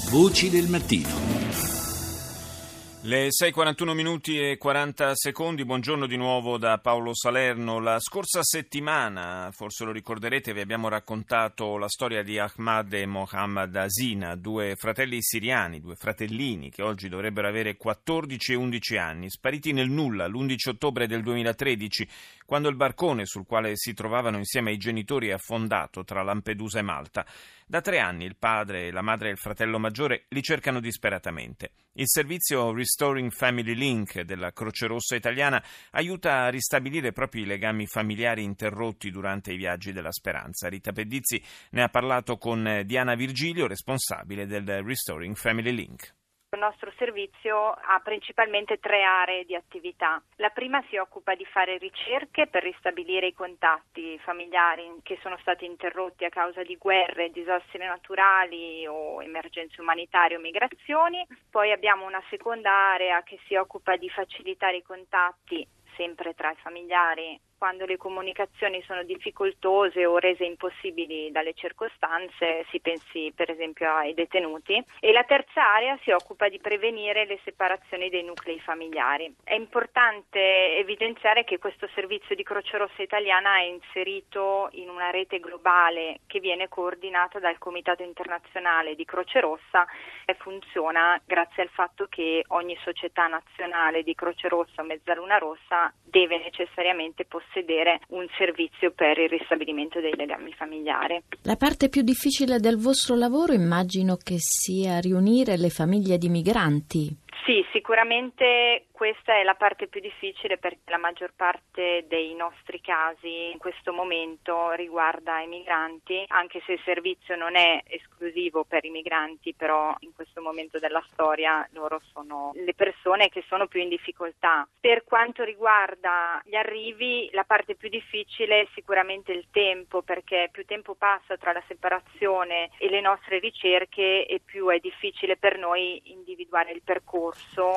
Voci del mattino. Le 6:41 minuti e 40 secondi, buongiorno di nuovo da Paolo Salerno. La scorsa settimana, forse lo ricorderete, vi abbiamo raccontato la storia di Ahmad e Mohammad Hasina, due fratelli siriani, due fratellini che oggi dovrebbero avere 14 e 11 anni, spariti nel nulla l'11 ottobre del 2013, quando il barcone sul quale si trovavano insieme ai genitori è affondato tra Lampedusa e Malta. Da 3 anni il padre, la madre e il fratello maggiore li cercano disperatamente. Il servizio Restoring Family Link della Croce Rossa italiana aiuta a ristabilire proprio i legami familiari interrotti durante i viaggi della speranza. Rita Pedizzi ne ha parlato con Diana Virgilio, responsabile del Restoring Family Link. Il nostro servizio ha principalmente 3 aree di attività. La prima si occupa di fare ricerche per ristabilire i contatti familiari che sono stati interrotti a causa di guerre, disastri naturali o emergenze umanitarie o migrazioni. Poi abbiamo una seconda area che si occupa di facilitare i contatti sempre tra i familiari quando le comunicazioni sono difficoltose o rese impossibili dalle circostanze, si pensi per esempio ai detenuti, e la terza area si occupa di prevenire le separazioni dei nuclei familiari. È importante evidenziare che questo servizio di Croce Rossa italiana è inserito in una rete globale che viene coordinata dal Comitato Internazionale di Croce Rossa e funziona grazie al fatto che ogni società nazionale di Croce Rossa o Mezzaluna Rossa deve necessariamente possedere un servizio per il ristabilimento dei legami familiari. La parte più difficile del vostro lavoro immagino che sia riunire le famiglie di migranti. Sì, sicuramente questa è la parte più difficile perché la maggior parte dei nostri casi in questo momento riguarda i migranti, anche se il servizio non è esclusivo per i migranti, però in questo momento della storia loro sono le persone che sono più in difficoltà. Per quanto riguarda gli arrivi, la parte più difficile è sicuramente il tempo, perché più tempo passa tra la separazione e le nostre ricerche e più è difficile per noi individuare il percorso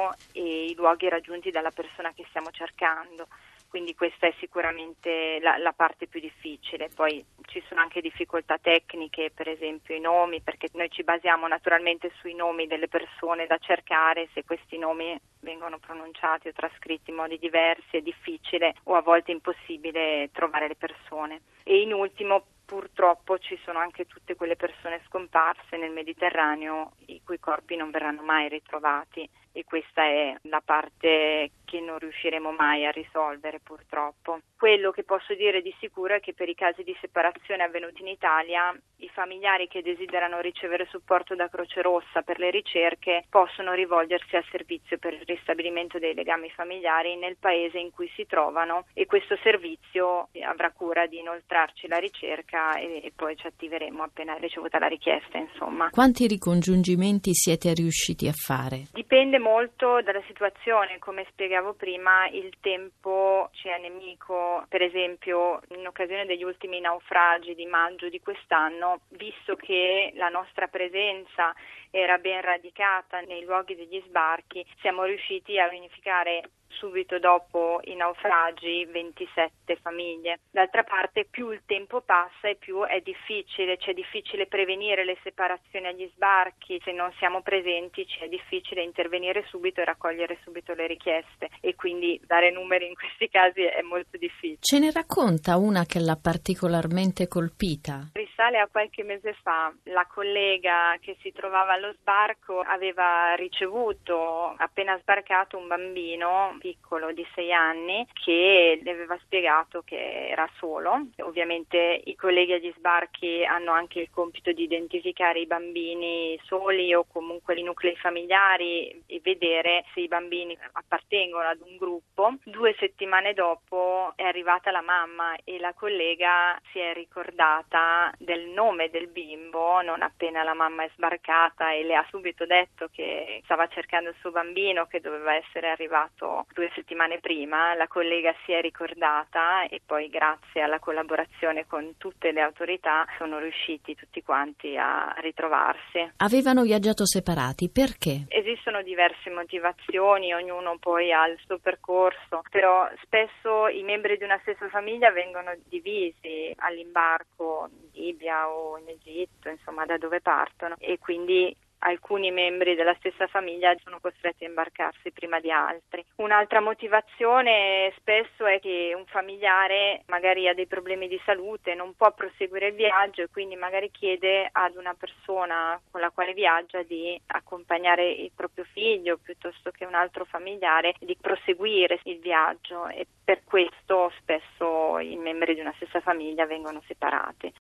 e i luoghi raggiunti dalla persona che stiamo cercando. Quindi questa è sicuramente la parte più difficile. Poi ci sono anche difficoltà tecniche, per esempio i nomi, perché noi ci basiamo naturalmente sui nomi delle persone da cercare. Se questi nomi vengono pronunciati o trascritti in modi diversi è difficile o a volte impossibile trovare le persone. E in ultimo, purtroppo ci sono anche tutte quelle persone scomparse nel Mediterraneo i cui corpi non verranno mai ritrovati, e questa è la parte che non riusciremo mai a risolvere, purtroppo. Quello che posso dire di sicuro è che per i casi di separazione avvenuti in Italia, i familiari che desiderano ricevere supporto da Croce Rossa per le ricerche possono rivolgersi al servizio per il ristabilimento dei legami familiari nel paese in cui si trovano, e questo servizio avrà cura di inoltrarci la ricerca e poi ci attiveremo appena ricevuta la richiesta, insomma. Quanti ricongiungimenti siete riusciti a fare? Dipende molto dalla situazione. Come spiegavo prima, il tempo ci è nemico. Per esempio, in occasione degli ultimi naufragi di maggio di quest'anno, visto che la nostra presenza era ben radicata nei luoghi degli sbarchi, siamo riusciti a riunificare subito dopo i naufragi 27 famiglie. D'altra parte, più il tempo passa e più è difficile, c'è difficile prevenire le separazioni agli sbarchi. Se non siamo presenti ci è difficile intervenire subito e raccogliere subito le richieste, e quindi dare numeri in questi casi è molto difficile. Ce ne racconta una che l'ha particolarmente colpita? Risale a qualche mese fa. La collega che si trovava allo sbarco aveva ricevuto, appena sbarcato, un bambino piccolo di 6 anni che le aveva spiegato che era solo. Ovviamente i colleghi agli sbarchi hanno anche il compito di identificare i bambini soli o comunque i nuclei familiari e vedere se i bambini appartengono ad un gruppo. 2 settimane dopo è arrivata la mamma e la collega si è ricordata del nome del bimbo non appena la mamma è sbarcata, e le ha subito detto che stava cercando il suo bambino, che doveva essere arrivato 2 settimane prima. La collega si è ricordata e poi, grazie alla collaborazione con tutte le autorità, sono riusciti tutti quanti a ritrovarsi. Avevano viaggiato separati, perché? Esistono diverse motivazioni, ognuno poi ha il suo percorso, però spesso i membri di una stessa famiglia vengono divisi all'imbarco in Libia o in Egitto, insomma da dove partono, e quindi alcuni membri della stessa famiglia sono costretti a imbarcarsi prima di altri. Un'altra motivazione spesso è che un familiare magari ha dei problemi di salute, non può proseguire il viaggio e quindi magari chiede ad una persona con la quale viaggia di accompagnare il proprio figlio piuttosto che un altro familiare, di proseguire il viaggio, e per questo spesso i membri di una stessa famiglia vengono separati.